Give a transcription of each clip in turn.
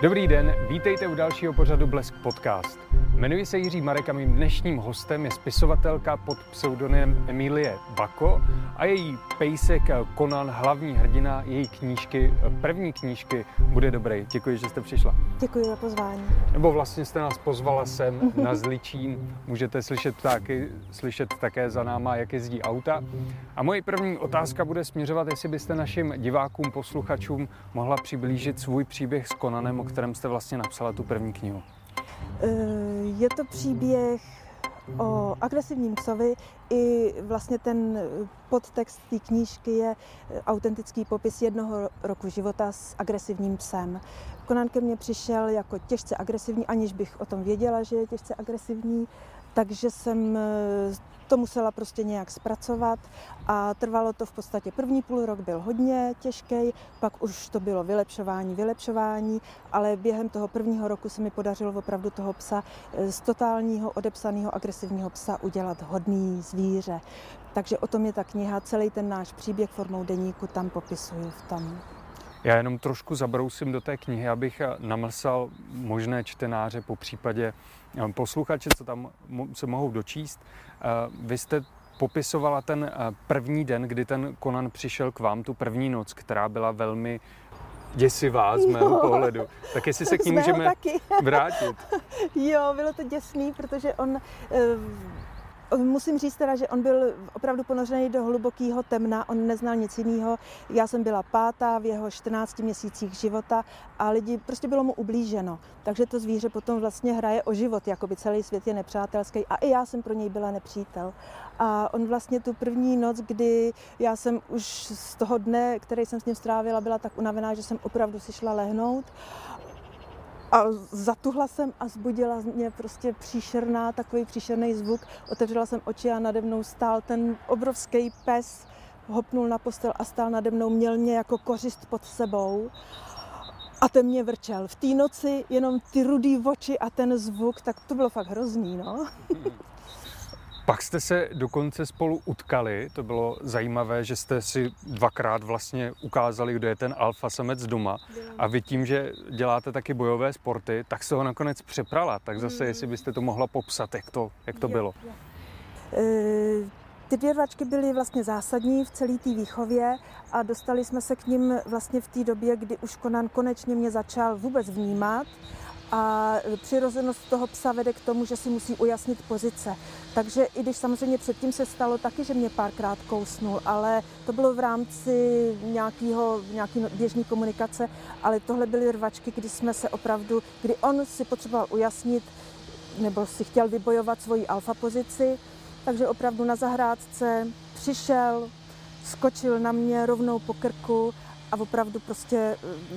Dobrý den, vítejte u dalšího pořadu Blesk Podcast. Jmenuji se Jiří Marek a mým dnešním hostem je spisovatelka pod pseudonymem Emilie Bako a její pejsek Conan, hlavní hrdina její knížky, první knížky Bude dobrý. Děkuji, že jste přišla. Děkuji za pozvání. Nebo vlastně jste nás pozvala sem na Zličín. Můžete slyšet ptáky, slyšet také za náma, jak jezdí auta. A moje první otázka bude směřovat, jestli byste našim divákům, posluchačům mohla přiblížit svůj příběh s Conanem, o kterém jste vlastně napsala tu první knihu. Je to příběh o agresivním psovi. I vlastně ten podtext té knížky je autentický popis jednoho roku života s agresivním psem. Conan ke mně přišel jako těžce agresivní, aniž bych o tom věděla, že je těžce agresivní, takže jsem to musela prostě nějak zpracovat a trvalo to v podstatě první půl rok byl hodně těžký, pak už to bylo vylepšování, ale během toho prvního roku se mi podařilo opravdu toho psa z totálního odepsaného agresivního psa udělat hodný zvíře. Takže o tom je ta kniha, celý ten náš příběh formou deníku tam popisuju v tom. Já jenom trošku zabrousím do té knihy, abych namlsal možné čtenáře, po případě posluchače, co tam se mohou dočíst. Vy jste popisovala ten první den, kdy ten Conan přišel k vám, tu první noc, která byla velmi děsivá z mého pohledu. Tak jestli se k ní můžeme vrátit. Jo, bylo to děsný, protože musím říct teda, že on byl opravdu ponořený do hlubokého temna, on neznal nic jiného. Já jsem byla pátá v jeho 14 měsících života a lidi, prostě bylo mu ublíženo. Takže to zvíře potom vlastně hraje o život, jakoby celý svět je nepřátelský a i já jsem pro něj byla nepřítel. A on vlastně tu první noc, kdy já jsem už z toho dne, který jsem s ním strávila, byla tak unavená, že jsem opravdu si šla lehnout. A zatuhla jsem a zbudila mě prostě takový příšerný zvuk. Otevřela jsem oči a nade mnou stál ten obrovský pes, hopnul na postel a stál nade mnou, měl mě jako kořist pod sebou. A ten mě vrčel. V té noci jenom ty rudý oči a ten zvuk, tak to bylo fakt hrozný, no. Pak jste se dokonce spolu utkali, to bylo zajímavé, že jste si dvakrát vlastně ukázali, kdo je ten alfa samec doma. A vy tím, že děláte taky bojové sporty, tak se ho nakonec přeprala. Tak zase, jestli byste to mohla popsat, jak to bylo. Ty dvě rvačky byly vlastně zásadní v celé té výchově a dostali jsme se k nim vlastně v té době, kdy už Conan konečně mě začal vůbec vnímat. A přirozenost toho psa vede k tomu, že si musí ujasnit pozice. Takže i když samozřejmě předtím se stalo taky, že mě párkrát kousnul, ale to bylo v rámci nějaký běžné komunikace, ale tohle byly rvačky, kdy on si potřeboval ujasnit nebo si chtěl vybojovat svoji alfa pozici, takže opravdu na zahrádce přišel, skočil na mě rovnou po krku a opravdu prostě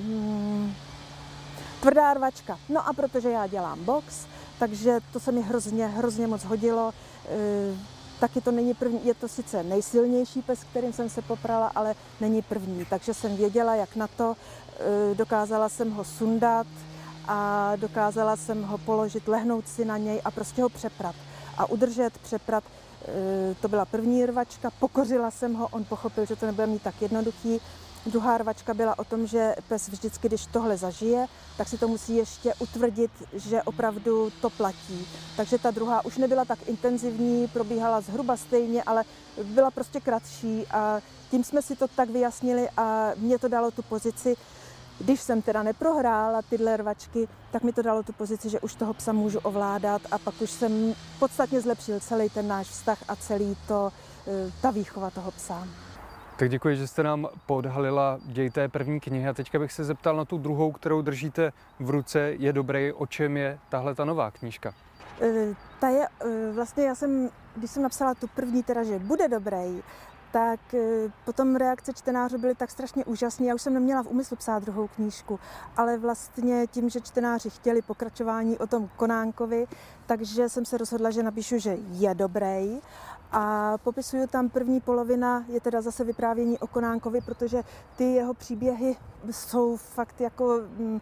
tvrdá rvačka. No a protože já dělám box, takže to se mi hrozně moc hodilo. Taky to není první, je to sice nejsilnější pes, kterým jsem se poprala, ale není první. Takže jsem věděla, jak na to. Dokázala jsem ho sundat a dokázala jsem ho položit, lehnout si na něj a prostě ho přeprat. A přeprat, to byla první rvačka, pokořila jsem ho, on pochopil, že to nebude mít tak jednoduchý. Druhá rvačka byla o tom, že pes vždycky, když tohle zažije, tak si to musí ještě utvrdit, že opravdu to platí. Takže ta druhá už nebyla tak intenzivní, probíhala zhruba stejně, ale byla prostě kratší a tím jsme si to tak vyjasnili a mě to dalo tu pozici, když jsem teda neprohrála tyhle rvačky, tak mi to dalo tu pozici, že už toho psa můžu ovládat a pak už jsem podstatně zlepšil celý ten náš vztah a ta výchova toho psa. Tak děkuji, že jste nám podhalila děj té první knihy a teďka bych se zeptal na tu druhou, kterou držíte v ruce. Je dobrý, o čem je tahle ta nová knížka? Ta je, vlastně když jsem napsala tu první, teda, že bude dobrý, tak potom reakce čtenářů byly tak strašně úžasné. Já už jsem neměla v úmyslu psát druhou knížku, ale vlastně tím, že čtenáři chtěli pokračování o tom Conánkovi, takže jsem se rozhodla, že napíšu, že je dobrý. A popisuju tam první polovina, je teda zase vyprávění o Conánkovi, protože ty jeho příběhy jsou fakt jako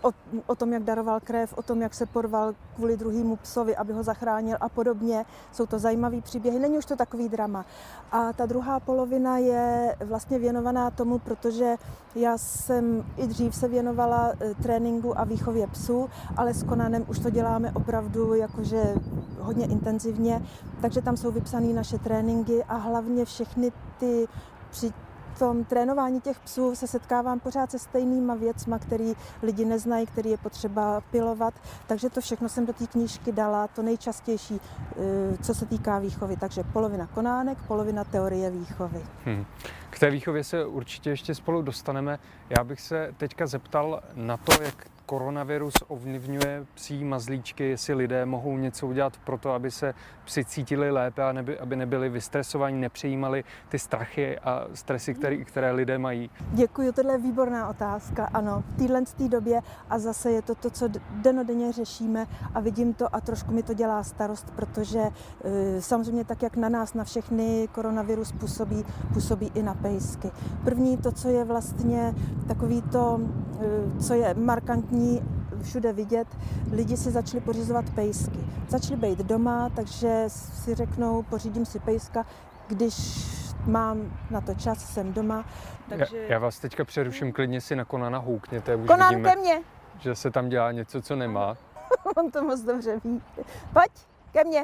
o tom, jak daroval krev, o tom, jak se porval kvůli druhému psovi, aby ho zachránil a podobně. Jsou to zajímavé příběhy, není už to takový drama. A ta druhá polovina je vlastně věnovaná tomu, protože já jsem i dřív se věnovala tréninku a výchově psů, ale s Conanem už to děláme opravdu jakože hodně intenzivně, takže tam jsou vypsané naše tréninky a hlavně všechny ty při tom trénování těch psů se setkávám pořád se stejnýma věcma, který lidi neznají, který je potřeba pilovat. Takže to všechno jsem do té knížky dala, to nejčastější, co se týká výchovy. Takže polovina konánek, polovina teorie výchovy. K té výchově se určitě ještě spolu dostaneme. Já bych se teďka zeptal na to, jak koronavirus ovlivňuje psí mazlíčky, jestli lidé mohou něco udělat pro to, aby se psi cítili lépe a aby nebyli vystresovaní, nepřijímali ty strachy a stresy, které lidé mají. Děkuji, tohle je výborná otázka. Ano, v téhle době a zase je to, co dennodenně řešíme a vidím to a trošku mi to dělá starost, protože samozřejmě tak, jak na nás, na všechny koronavirus působí i na pejsky. První to, co je vlastně takový to, co je markantní, všude vidět, lidi si začali pořizovat pejsky. Začali být doma, takže si řeknou, pořídím si pejska, když mám na to čas, jsem doma. Takže... Já vás teďka přeruším, klidně si na Conana houkněte. Už Conan, vidíme, ke mně! že se tam dělá něco, co nemá. On to moc dobře ví. Pojď, ke mně!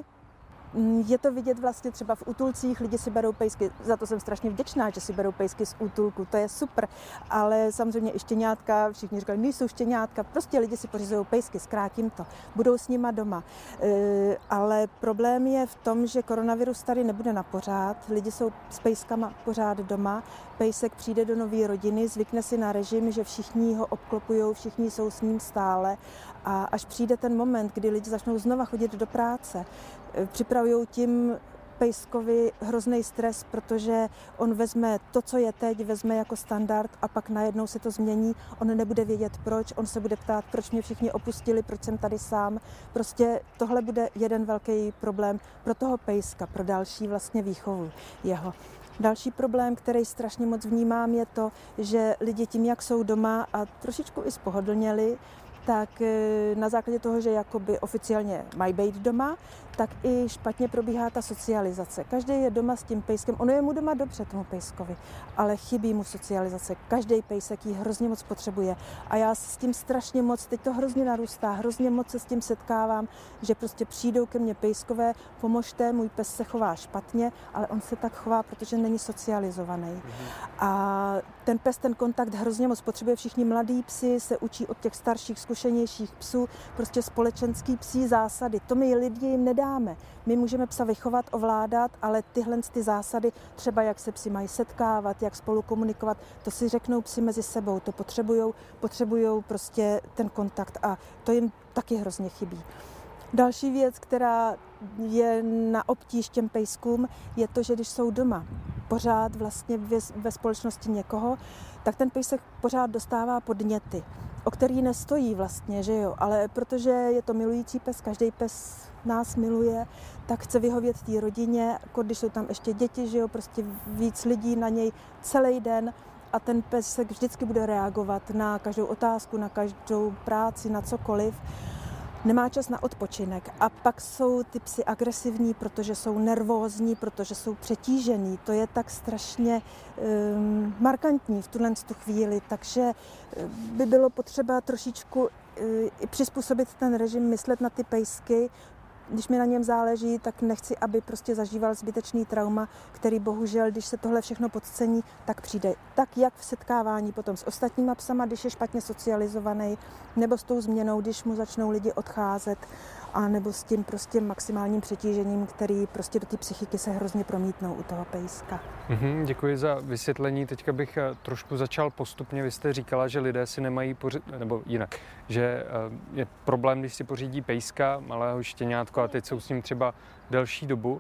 Je to vidět vlastně třeba v útulcích, lidi si berou pejsky, za to jsem strašně vděčná, že si berou pejsky z útulku, to je super, ale samozřejmě i štěňátka, všichni říkají, nejsou štěňátka, prostě lidi si pořizují pejsky, zkrátím to, budou s nima doma. Ale problém je v tom, že koronavirus tady nebude na pořád, lidi jsou s pejskama pořád doma, pejsek přijde do nové rodiny, zvykne si na režim, že všichni ho obklopujou, všichni jsou s ním stále a až přijde ten moment, kdy lidi začnou znova chodit do práce, připravují tím pejskovi hrozný stres, protože on vezme to, co je teď, vezme jako standard a pak najednou se to změní, on nebude vědět proč, on se bude ptát, proč mě všichni opustili, proč jsem tady sám. Prostě tohle bude jeden velký problém pro toho pejska, pro další vlastně výchovu jeho. Další problém, který strašně moc vnímám, je to, že lidi tím, jak jsou doma a trošičku i spohodlněli, tak na základě toho, že jakoby oficiálně mají být doma, tak i špatně probíhá ta socializace. Každý je doma s tím pejskem, ono je mu doma dobře tomu pejskovi, ale chybí mu socializace. Každý pejsek ji hrozně moc potřebuje. A já s tím strašně moc, teď to hrozně narůstá, hrozně moc se s tím setkávám, že prostě přijdou ke mně pejskové, pomožte, můj pes se chová špatně, ale on se tak chová, protože není socializovaný. A ten pes ten kontakt hrozně moc potřebuje. Všichni mladí psi se učí od těch starších, zkušenějších psů, prostě společenský psí zásady. To my lidi jim nedáme. My můžeme psa vychovat, ovládat, ale tyhle ty zásady, třeba jak se psi mají setkávat, jak spolu komunikovat, to si řeknou psi mezi sebou, to potřebujou prostě ten kontakt a to jim taky hrozně chybí. Další věc, která je na obtíž těm pejskům, je to, že když jsou doma pořád vlastně ve společnosti někoho, tak ten pejsek pořád dostává podněty, o který nestojí vlastně, že jo, ale protože je to milující pes, každý pes nás miluje, tak chce vyhovět té rodině, jako když jsou tam ještě děti, že jo, prostě víc lidí na něj celý den a ten pes vždycky bude reagovat na každou otázku, na každou práci, na cokoliv. Nemá čas na odpočinek a pak jsou ty psi agresivní, protože jsou nervózní, protože jsou přetížený. To je tak strašně markantní v tu chvíli, takže by bylo potřeba trošičku přizpůsobit ten režim, myslet na ty pejsky. Když mi na něm záleží, tak nechci, aby prostě zažíval zbytečný trauma, který bohužel, když se tohle všechno podcení, tak přijde. Tak jak v setkávání potom s ostatníma psama, když je špatně socializovaný, nebo s tou změnou, když mu začnou lidi odcházet, a nebo s tím prostě maximálním přetížením, který prostě do té psychiky se hrozně promítnou u toho pejska. Děkuji za vysvětlení. Teďka bych trošku začal postupně. Vy jste říkala, že lidé si nemají nebo jinak, že je problém, když si pořídí pejska, malého štěňátko a teď jsou s ním třeba delší dobu.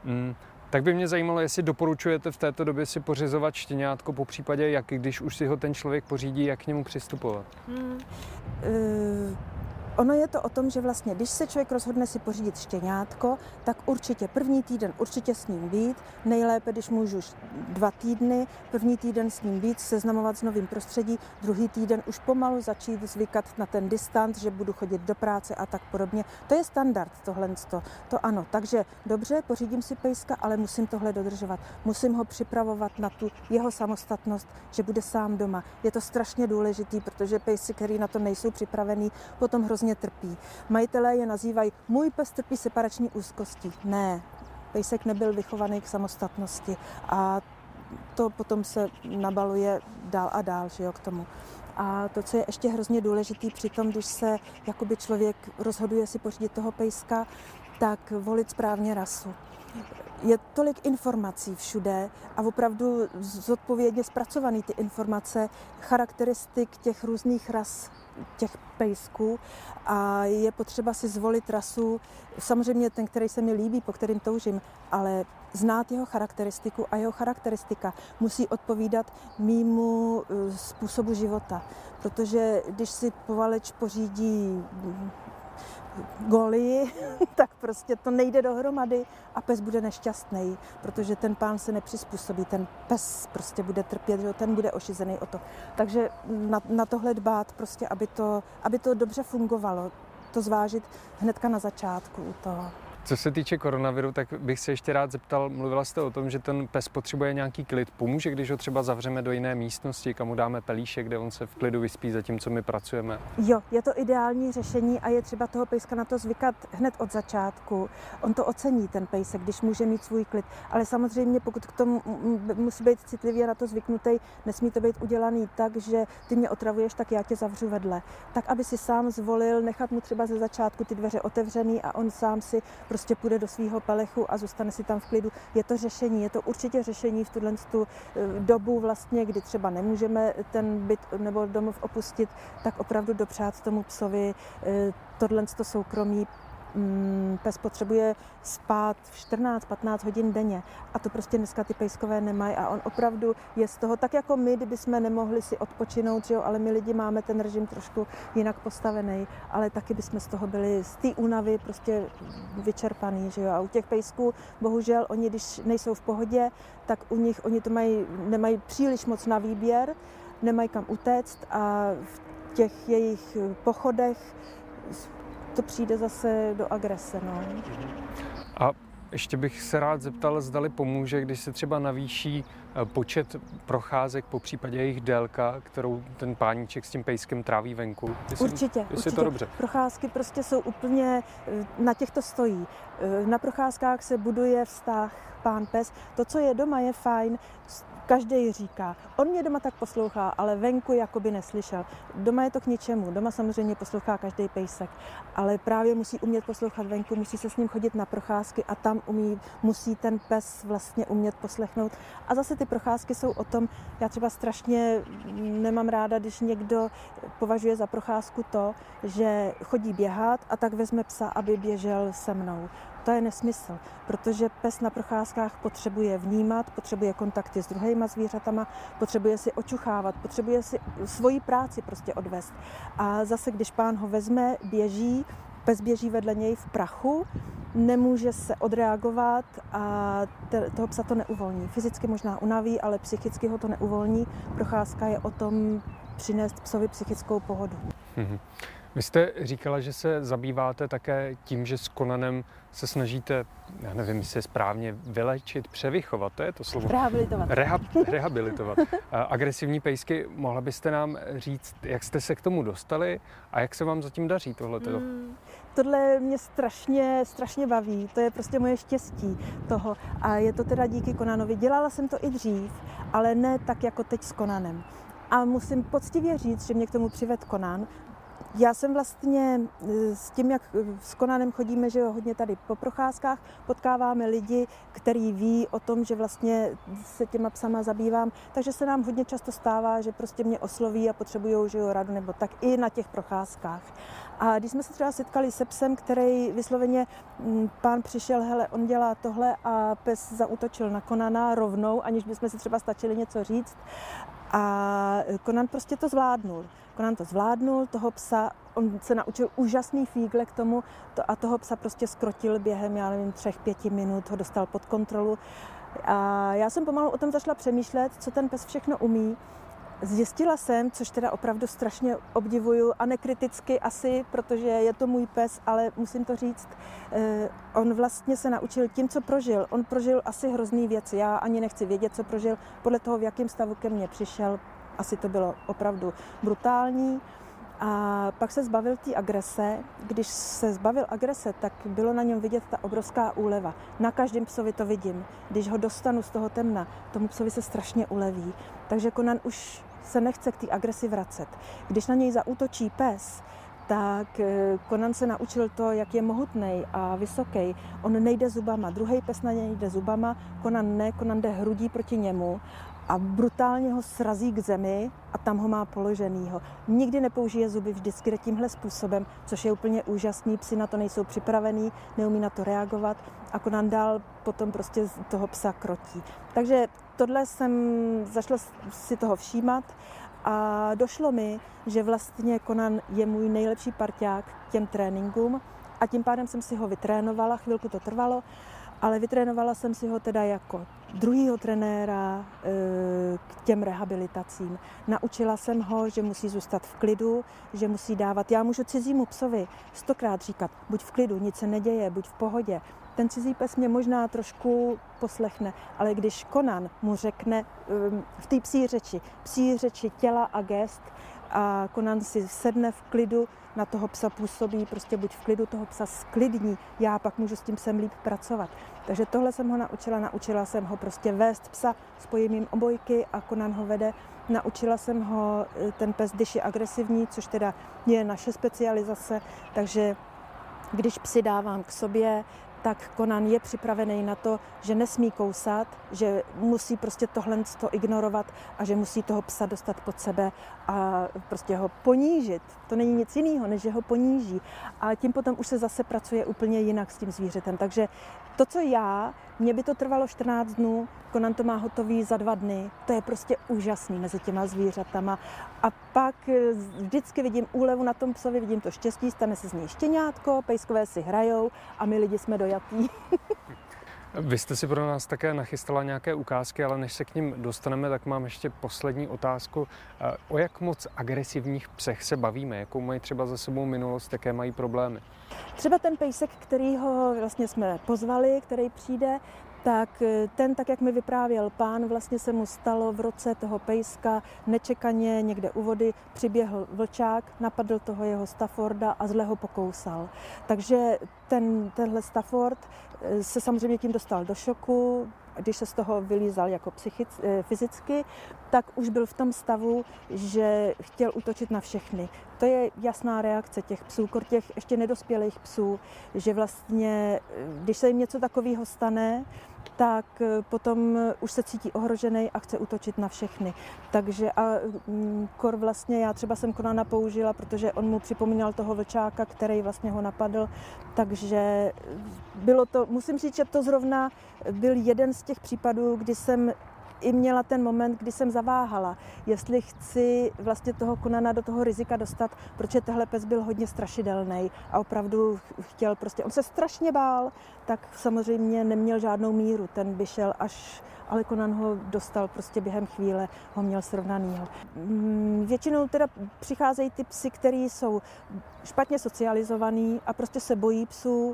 Tak by mě zajímalo, jestli doporučujete v této době si pořizovat štěňátko, popřípadě jak, když už si ho ten člověk pořídí, jak k němu přistupovat? Ono je to o tom, že vlastně, když se člověk rozhodne si pořídit štěňátko, tak určitě první týden určitě s ním být, nejlépe, když můžu 2 týdny, první týden s ním být, seznamovat s novým prostředí, druhý týden už pomalu začít zvykat na ten distanc, že budu chodit do práce a tak podobně. To je standard, tohle. To ano, takže dobře, pořídím si pejska, ale musím tohle dodržovat. Musím ho připravovat na tu jeho samostatnost, že bude sám doma. Je to strašně důležitý, protože pejsi, který na to nejsou připravený, potom hrozně trpí. Majitelé je nazývají můj pes trpí separační úzkostí. Ne, pejsek nebyl vychovaný k samostatnosti a to potom se nabaluje dál a dál, že jo, k tomu. A to, co je ještě hrozně důležitý při tom, když se jakoby člověk rozhoduje si pořídit toho pejska, tak volit správně rasu. Je tolik informací všude a opravdu zodpovědně zpracovaný ty informace, charakteristik těch různých ras těch pejsků a je potřeba si zvolit rasu, samozřejmě ten, který se mi líbí, po kterým toužím, ale znát jeho charakteristiku a jeho charakteristika musí odpovídat mému způsobu života, protože když si povaleč pořídí golii, tak prostě to nejde dohromady a pes bude nešťastný, protože ten pán se nepřizpůsobí, ten pes prostě bude trpět, že ten bude ošizený o to. Takže na tohle dbát prostě, aby to dobře fungovalo, to zvážit hnedka na začátku u toho. Co se týče koronaviru, tak bych se ještě rád zeptal, mluvila jste o tom, že ten pes potřebuje nějaký klid. Pomůže, když ho třeba zavřeme do jiné místnosti, kam mu dáme pelíšek, kde on se v klidu vyspí, zatímco my pracujeme? Jo, je to ideální řešení a je třeba toho pejska na to zvykat hned od začátku. On to ocení, ten pejsek, když může mít svůj klid. Ale samozřejmě, pokud k tomu musí být citlivě na to zvyknutý, nesmí to být udělaný tak, že ty mě otravuješ, tak já tě zavřu vedle. Tak, aby si sám zvolil nechat mu třeba ze začátku ty dveře otevřený a on sám si prostě půjde do svého pelechu a zůstane si tam v klidu. Je to řešení, je to určitě řešení v tuhle dobu vlastně, kdy třeba nemůžeme ten byt nebo domov opustit, tak opravdu dopřát tomu psovi tohle soukromí. Pes potřebuje spát 14-15 hodin denně a to prostě dneska ty pejskové nemají a on opravdu je z toho, tak jako my, kdybychom nemohli si odpočinout, že jo, ale my lidi máme ten režim trošku jinak postavený, ale taky bychom z toho byli z té únavy prostě vyčerpaný, že jo, a u těch pejsků bohužel oni, když nejsou v pohodě, tak u nich oni to nemají příliš moc na výběr, nemají kam utéct a v těch jejich pochodech to přijde zase do agrese. No. A ještě bych se rád zeptal, zdali pomůže, když se třeba navýší počet procházek, po případě jejich délka, kterou ten páníček s tím pejskem tráví venku. Určitě. To dobře. Procházky prostě jsou úplně, na těch to stojí. Na procházkách se buduje vztah pán-pes. To, co je doma, je fajn. Každý říká, on mě doma tak poslouchá, ale venku jakoby neslyšel. Doma je to k ničemu, doma samozřejmě poslouchá každý pejsek, ale právě musí umět poslouchat venku, musí se s ním chodit na procházky a tam musí ten pes vlastně umět poslechnout. A zase ty procházky jsou o tom, já třeba strašně nemám ráda, když někdo považuje za procházku to, že chodí běhat a tak vezme psa, aby běžel se mnou. To je nesmysl, protože pes na procházkách potřebuje vnímat, potřebuje kontakty s druhýma zvířatama, potřebuje si očuchávat, potřebuje si svoji práci prostě odvést. A zase, když pán ho vezme, běží, pes běží vedle něj v prachu, nemůže se odreagovat a toho psa to neuvolní. Fyzicky možná unaví, ale psychicky ho to neuvolní. Procházka je o tom přinést psovi psychickou pohodu. Mm-hmm. Vy jste říkala, že se zabýváte také tím, že s Conanem se snažíte, já nevím, jestli je správně, vylečit, převychovat, to je to slovo? Rehabilitovat. Rehabilitovat. Agresivní pejsky, mohla byste nám říct, jak jste se k tomu dostali a jak se vám zatím daří tohleto? Tohle mě strašně baví, to je prostě moje štěstí toho a je to teda díky Conanovi. Dělala jsem to i dřív, ale ne tak jako teď s Conanem. A musím poctivě říct, že mě k tomu přivedl Conan. Já jsem vlastně s tím, jak s Conanem chodíme, že jo, hodně tady po procházkách, potkáváme lidi, kteří ví o tom, že vlastně se těma psama zabývám, takže se nám hodně často stává, že prostě mě osloví a potřebujou, že jo, radu nebo tak i na těch procházkách. A když jsme se třeba setkali se psem, který vysloveně pán přišel, hele, on dělá tohle a pes zaútočil na Conana rovnou, aniž bychom si třeba stačili něco říct. A Conan prostě to zvládnul. Toho psa, on se naučil úžasný fígle k tomu a toho psa prostě skrotil během, 3-5 minut, ho dostal pod kontrolu. A já jsem pomalu o tom začala přemýšlet, co ten pes všechno umí. Zjistila jsem, což teda opravdu strašně obdivuju a nekriticky asi, protože je to můj pes, ale musím to říct, on vlastně se naučil tím, co prožil. On prožil asi hrozný věci, já ani nechci vědět, co prožil, podle toho, v jakém stavu ke mně přišel, asi to bylo opravdu brutální. A pak se zbavil té agrese. Když se zbavil agrese, tak bylo na něm vidět ta obrovská úleva. Na každém psovi to vidím. Když ho dostanu z toho temna, tomu psovi se strašně uleví. Takže Conan už se nechce k té agresi vracet. Když na něj zaútočí pes, tak Conan se naučil to, jak je mohutnej a vysoký. On nejde zubama, druhý pes na něj jde zubama, Conan ne, Conan jde hrudí proti němu a brutálně ho srazí k zemi a tam ho má položenýho. Nikdy nepoužije zuby, vždycky jde tímhle způsobem, což je úplně úžasný, psi na to nejsou připravený, neumí na to reagovat a Conan dál potom prostě toho psa krotí. Takže tohle jsem začala si toho všímat a došlo mi, že vlastně Conan je můj nejlepší parťák k těm tréninkům a tím pádem jsem si ho vytrénovala, chvilku to trvalo, ale vytrénovala jsem si ho teda jako druhýho trenéra k těm rehabilitacím. Naučila jsem ho, že musí zůstat v klidu, že musí dávat. Já můžu cizímu psovi 100krát říkat, buď v klidu, nic se neděje, buď v pohodě. Ten cizí pes mě možná trošku poslechne, ale když Conan mu řekne v té psí řeči těla a gest a Conan si sedne v klidu, na toho psa působí, prostě buď v klidu, toho psa sklidní, já pak můžu s tím psem líp pracovat. Takže tohle jsem ho naučila jsem ho prostě vést psa, spojím jim obojky a Conan ho vede. Naučila jsem ho, ten pes, když je agresivní, což teda je naše specializace, takže když psy dávám k sobě, tak Conan je připravený na to, že nesmí kousat, že musí prostě tohle ignorovat a že musí toho psa dostat pod sebe a prostě ho ponížit. To není nic jiného, než že ho poníží. A tím potom už se zase pracuje úplně jinak s tím zvířetem. Takže to, co mně by to trvalo 14 dnů, Conan to má hotový za 2 dny. To je prostě úžasný mezi těma zvířatama. A pak vždycky vidím úlevu na tom psovi, vidím to štěstí, stane se z něj štěňátko, pejskové si hrajou a my lidi jsme dojatí. Vy jste si pro nás také nachystala nějaké ukázky, ale než se k ním dostaneme, tak mám ještě poslední otázku. O jak moc agresivních psech se bavíme? Jakou mají třeba za sebou minulost, jaké mají problémy? Třeba ten pejsek, kterýho vlastně jsme pozvali, který přijde, tak ten, tak jak mi vyprávěl pán, vlastně se mu stalo v roce toho pejska nečekaně někde u vody, přiběhl vlčák, napadl toho jeho Stafforda a zle ho pokousal. Takže tenhle Stafford se samozřejmě tím dostal do šoku, když se z toho vylízal jako fyzicky, tak už byl v tom stavu, že chtěl útočit na všechny. To je jasná reakce těch psů, těch ještě nedospělých psů, že vlastně, když se jim něco takového stane, tak potom už se cítí ohrožený a chce útočit na všechny. Takže a kor vlastně, já třeba jsem Conana použila, protože on mu připomínal toho vlčáka, který vlastně ho napadl, takže bylo to, musím říct, že to zrovna byl jeden z těch případů, kdy jsem i měla ten moment, kdy jsem zaváhala, jestli chci vlastně toho Conana do toho rizika dostat, protože tehle pes byl hodně strašidelný a opravdu chtěl prostě, on se strašně bál, tak samozřejmě neměl žádnou míru, ten by šel až, ale Conan ho dostal prostě během chvíle, ho měl srovnanýho. Většinou teda přicházejí ty psy, který jsou špatně socializovaný a prostě se bojí psů.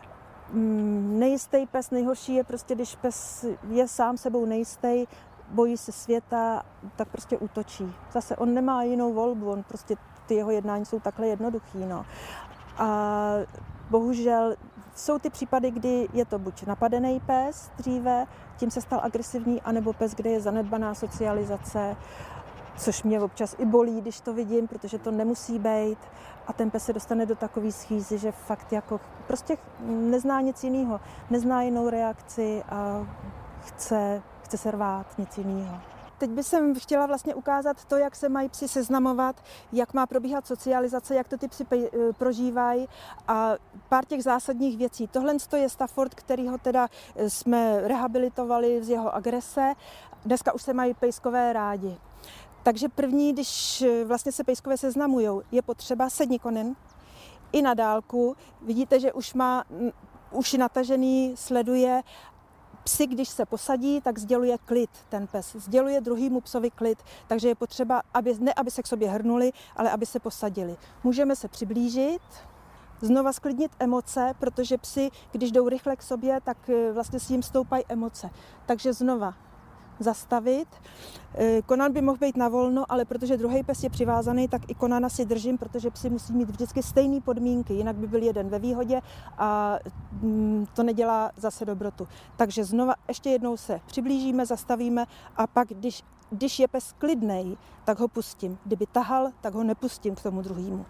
Nejistý pes, nejhorší je prostě, když pes je sám sebou nejistý, bojí se světa, tak prostě útočí. Zase on nemá jinou volbu, on prostě ty jeho jednání jsou takhle jednoduchý. No. A bohužel jsou ty případy, kdy je to buď napadený pes dříve, tím se stal agresivní, anebo pes, kde je zanedbaná socializace, což mě občas i bolí, když to vidím, protože to nemusí být. A ten pes se dostane do takové schýzy, že fakt jako prostě nezná nic jiného, nezná jinou reakci a chce se rvát, nic jiného. Teď bych chtěla vlastně ukázat to, jak se mají psi seznamovat, jak má probíhat socializace, jak to ty psi prožívají a pár těch zásadních věcí. Tohle je Stafford, kterýho teda jsme rehabilitovali z jeho agrese. Dneska už se mají pejskové rádi. Takže první, když vlastně se pejskové seznamujou, je potřeba sedni konen i na dálku. Vidíte, že už má uši natažený, sleduje. Psi, když se posadí, tak sděluje klid ten pes. Sděluje druhýmu psovi klid, takže je potřeba, aby se k sobě hrnuli, ale aby se posadili. Můžeme se přiblížit, znova sklidnit emoce, protože psi, když jdou rychle k sobě, tak vlastně si jim stoupají emoce. Takže znova zastavit. Konan by mohl být na volno, ale protože druhý pes je přivázaný, tak i Konana si držím, protože psi musí mít vždycky stejné podmínky, jinak by byl jeden ve výhodě a to nedělá zase dobrotu. Takže znova ještě jednou se přiblížíme, zastavíme a pak, když je pes klidnej, tak ho pustím. Kdyby tahal, tak ho nepustím k tomu druhému.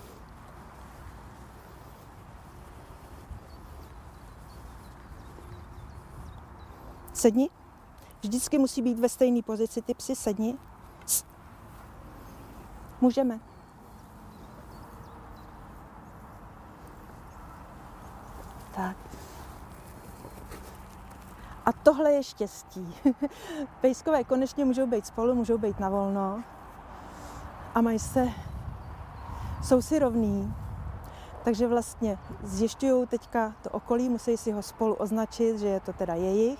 Sedni. Vždycky musí být ve stejné pozici, ty psi, sedni. Můžeme. Tak. A tohle je štěstí. Pejskové konečně můžou být spolu, můžou být na volno a jsou si rovní. Takže vlastně zjišťují teďka to okolí, musí si ho spolu označit, že je to teda jejich.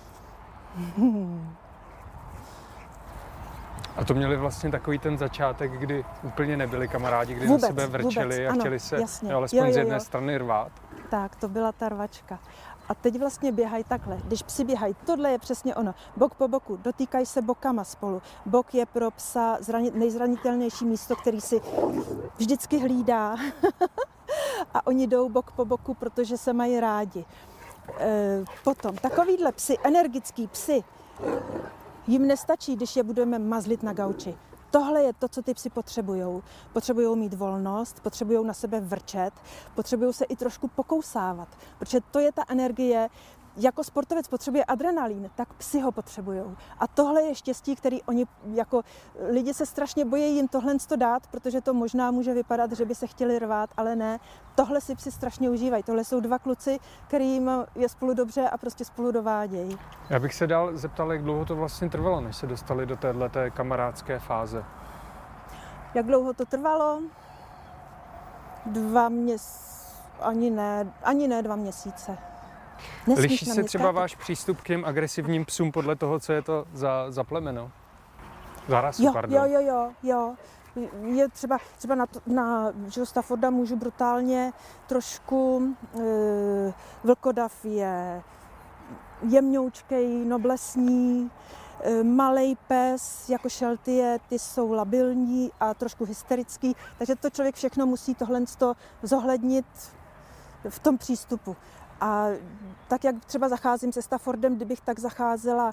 A to měli vlastně takový ten začátek, kdy úplně nebyli kamarádi, kdy vůbec, na sebe vrčeli a chtěli se alespoň z jedné strany rvát. Tak, to byla ta rvačka. A teď vlastně běhají takhle. Když psi běhají, tohle je přesně ono. Bok po boku, dotýkají se bokama spolu. Bok je pro psa nejzranitelnější místo, který si vždycky hlídá. A oni jdou bok po boku, protože se mají rádi. Potom takovýhle psi, energický psi, jim nestačí, když je budeme mazlit na gauči. Tohle je to, co ty psi potřebujou. Potřebujou mít volnost, potřebujou na sebe vrčet, potřebují se i trošku pokousávat, protože to je ta energie. Jako sportovec potřebuje adrenalin, tak psi ho potřebujou. A tohle je štěstí, který oni jako lidi se strašně bojí jim tohle dát, protože to možná může vypadat, že by se chtěli rvát, ale ne. Tohle si psi strašně užívají. Tohle jsou dva kluci, kterým je spolu dobře a prostě spolu dovádějí. Já bych se dál zeptal, jak dlouho to vlastně trvalo, než se dostali do téhleté kamarádské fáze. Jak dlouho to trvalo? 2 měsíce, ani ne 2 měsíce. Liší se třeba váš přístup k těm agresivním psům podle toho, co je to za plemeno? Za rasu, pardon. Jo. Je třeba na Stafforda můžu brutálně trošku, vlkodav je jemňoučkej, noblesní, malej pes jako Sheltie, ty jsou labilní a trošku hysterický, takže to člověk všechno musí tohle zohlednit v tom přístupu. A tak, jak třeba zacházím se Staffordem, kdybych tak zacházela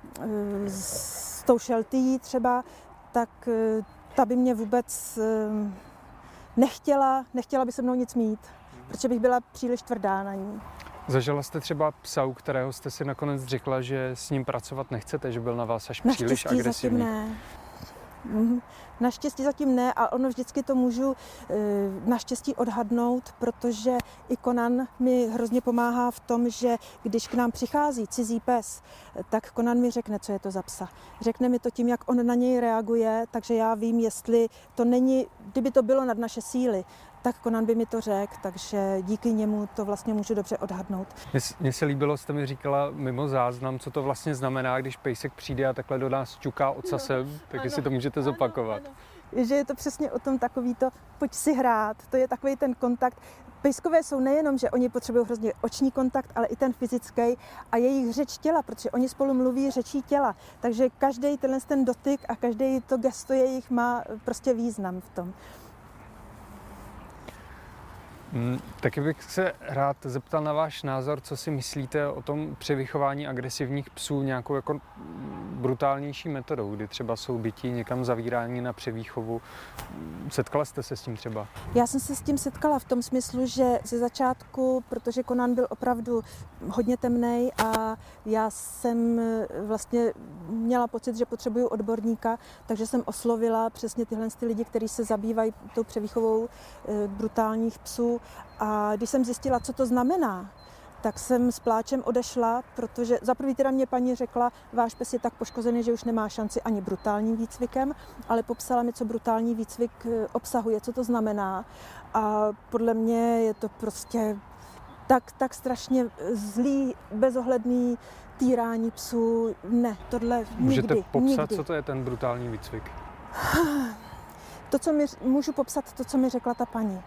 s tou Sheltie třeba, tak ta by mě vůbec nechtěla by se mnou nic mít, protože bych byla příliš tvrdá na ní. Zažila jste třeba psa, u kterého jste si nakonec řekla, že s ním pracovat nechcete, že byl na vás až příliš agresivní? Naštěstí zatím ne, ale ono vždycky to můžu naštěstí odhadnout, protože i Konan mi hrozně pomáhá v tom, že když k nám přichází cizí pes, tak Konan mi řekne, co je to za psa. Řekne mi to tím, jak on na něj reaguje, takže já vím, jestli to není, kdyby to bylo nad naše síly, tak Konan by mi to řekl, takže díky němu to vlastně můžu dobře odhadnout. Mně se líbilo, jste mi říkala mimo záznam, co to vlastně znamená, když pejsek přijde a takhle do nás ťuká ocasem, tak jestli to můžete zopakovat. Ano. Že je to přesně o tom takový to, pojď si hrát, to je takový ten kontakt. Pejskové jsou nejenom, že oni potřebují hrozně oční kontakt, ale i ten fyzický a jejich řeč těla, protože oni spolu mluví řečí těla. Takže každý ten dotyk a každý to gesto jejich má prostě význam v tom. Taky bych se rád zeptal na váš názor, co si myslíte o tom při vychování agresivních psů nějakou jako brutálnější metodou, kdy třeba jsou bytí někam zavírání na převýchovu. Setkala jste se s tím třeba? Já jsem se s tím setkala v tom smyslu, že ze začátku, protože Konan byl opravdu hodně temnej a já jsem vlastně měla pocit, že potřebuju odborníka, takže jsem oslovila přesně tyhle lidi, kteří se zabývají tou převýchovou brutálních psů. A když jsem zjistila, co to znamená, tak jsem s pláčem odešla, protože za prvý teda mě paní řekla, váš pes je tak poškozený, že už nemá šanci ani brutálním výcvikem, ale popsala mi, co brutální výcvik obsahuje, co to znamená. A podle mě je to prostě tak strašně zlý, bezohledný týrání psů. Ne, tohle nikdy. Můžete popsat, nikdy. co to je ten brutální výcvik? Můžu popsat to, co mi řekla ta paní.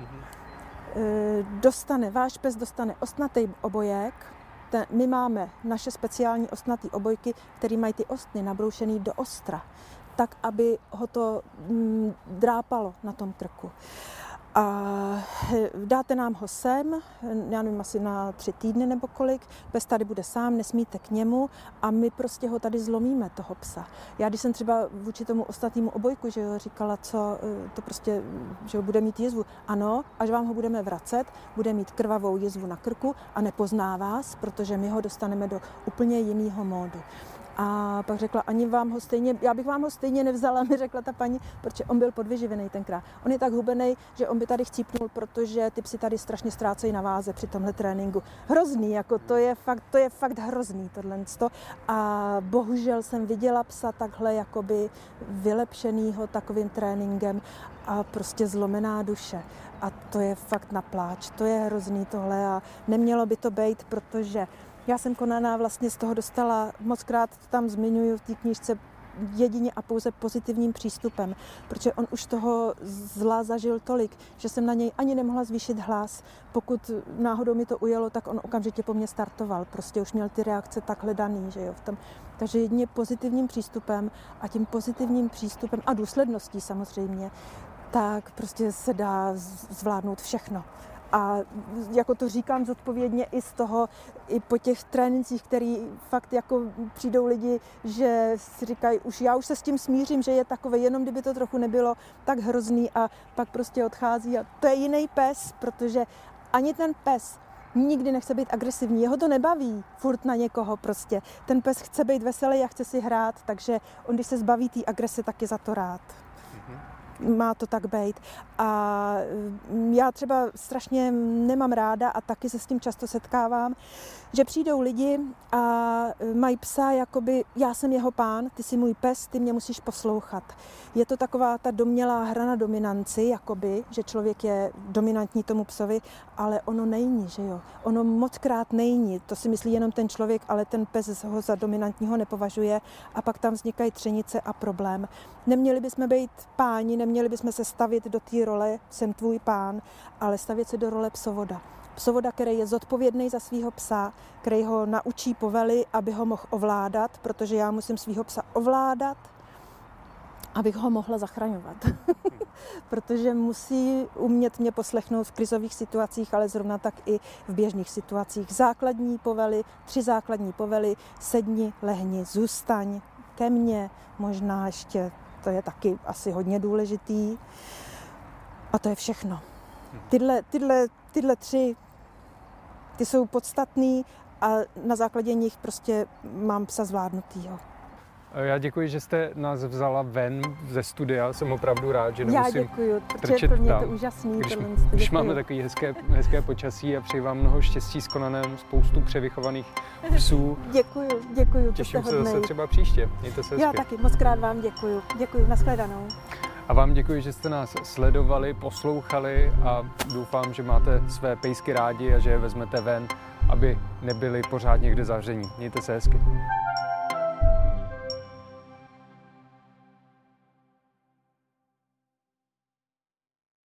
Váš pes dostane ostnatý obojek. My máme naše speciální ostnatý obojky, které mají ty ostny nabroušený do ostra, tak, aby ho to drápalo na tom krku. A dáte nám ho sem, já nevím, asi na 3 týdny nebo kolik, pes tady bude sám, nesmíte k němu a my prostě ho tady zlomíme, toho psa. Já když jsem třeba vůči tomu ostatnímu obojku, že jo, říkala, co to prostě, že ho bude mít jizvu. Ano, až vám ho budeme vracet, bude mít krvavou jizvu na krku a nepozná vás, protože my ho dostaneme do úplně jiného módu. A pak řekla, já bych vám ho stejně nevzala, mi řekla ta paní, protože on byl podvyživený tenkrát. On je tak hubený, že on by tady chcípnul, protože ty psi tady strašně ztrácejí na váze při tomhle tréninku. Hrozný, jako to je fakt hrozný tohle. A bohužel jsem viděla psa takhle jakoby vylepšenýho takovým tréninkem a prostě zlomená duše. A to je fakt na pláč, to je hrozný tohle a nemělo by to být, protože já jsem konaná vlastně z toho dostala, mockrát to tam zmiňuji v té knížce, jedině a pouze pozitivním přístupem, protože on už toho zla zažil tolik, že jsem na něj ani nemohla zvýšit hlas. Pokud náhodou mi to ujelo, tak on okamžitě po mně startoval. Prostě už měl ty reakce takhle daný, že jo. Takže jedině pozitivním přístupem a tím pozitivním přístupem a důsledností samozřejmě, tak prostě se dá zvládnout všechno. A jako to říkám zodpovědně i po těch trénincích, který fakt jako přijdou lidi, že si říkají, já už se s tím smířím, že je takové, jenom kdyby to trochu nebylo tak hrozný a pak prostě odchází. A to je jiný pes, protože ani ten pes nikdy nechce být agresivní, jeho to nebaví furt na někoho prostě. Ten pes chce být veselý a chce si hrát, takže on, když se zbaví té agrese, tak je za to rád. Má to tak být. A já třeba strašně nemám ráda a taky se s tím často setkávám, že přijdou lidi a mají psa, jakoby já jsem jeho pán, ty jsi můj pes, ty mě musíš poslouchat. Je to taková ta domnělá hra na dominanci, jakoby, že člověk je dominantní tomu psovi, ale ono není, že jo. Ono mockrát není, to si myslí jenom ten člověk, ale ten pes ho za dominantního nepovažuje a pak tam vznikají třenice a problém. Neměli bychom být páni, neměli bychom se stavit do té role, jsem tvůj pán, ale stavět se do role psovoda. Psovoda, který je zodpovědný za svého psa, který ho naučí povely, aby ho mohl ovládat, protože já musím svého psa ovládat, abych ho mohla zachraňovat. Protože musí umět mě poslechnout v krizových situacích, ale zrovna tak i v běžných situacích. Základní povely, 3 základní povely, sedni, lehni, zůstaň, ke mně, možná ještě, to je taky asi hodně důležitý. A to je všechno. Tyhle 3, ty jsou podstatný a na základě nich prostě mám psa zvládnutýho. Já děkuji, že jste nás vzala ven ze studia, jsem opravdu rád, že nemusím Já děkuji, protože pro mě je to úžasný. Když máme takové hezké počasí a přeji vám mnoho štěstí s Conanem, spoustu převychovaných psů. Děkuji. Těším se zase třeba příště. Mějte se hezky. Já taky, moc krát vám děkuji. Děkuji, nashledanou. A vám děkuji, že jste nás sledovali, poslouchali a doufám, že máte své pejsky rádi a že je vezmete ven, aby nebyli pořád někde zavření. Mějte se hezky.